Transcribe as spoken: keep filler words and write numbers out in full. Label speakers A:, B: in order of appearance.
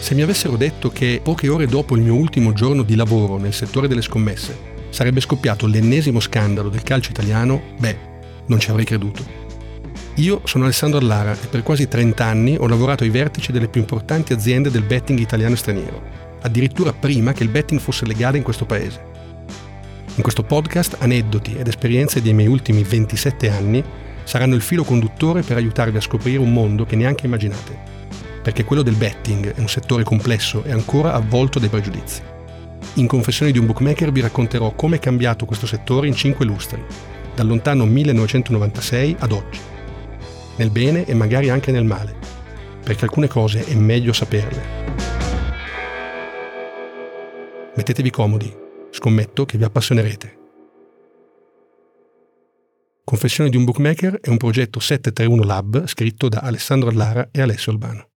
A: Se mi avessero detto che poche ore dopo il mio ultimo giorno di lavoro nel settore delle scommesse sarebbe scoppiato l'ennesimo scandalo del calcio italiano, beh, non ci avrei creduto. Io sono Alessandro Allara e per quasi trenta anni ho lavorato ai vertici delle più importanti aziende del betting italiano e straniero, addirittura prima che il betting fosse legale in questo paese. In questo podcast aneddoti ed esperienze dei miei ultimi ventisette anni saranno il filo conduttore per aiutarvi a scoprire un mondo che neanche immaginate, perché quello del betting è un settore complesso e ancora avvolto dai pregiudizi. In Confessioni di un bookmaker vi racconterò come è cambiato questo settore in cinque lustri, dal lontano millenovecentonovantasei ad oggi, nel bene e magari anche nel male, perché alcune cose è meglio saperle. Mettetevi comodi, scommetto che vi appassionerete. Confessioni di un bookmaker è un progetto sette tre uno Lab scritto da Alessandro Allara e Alessio Albano.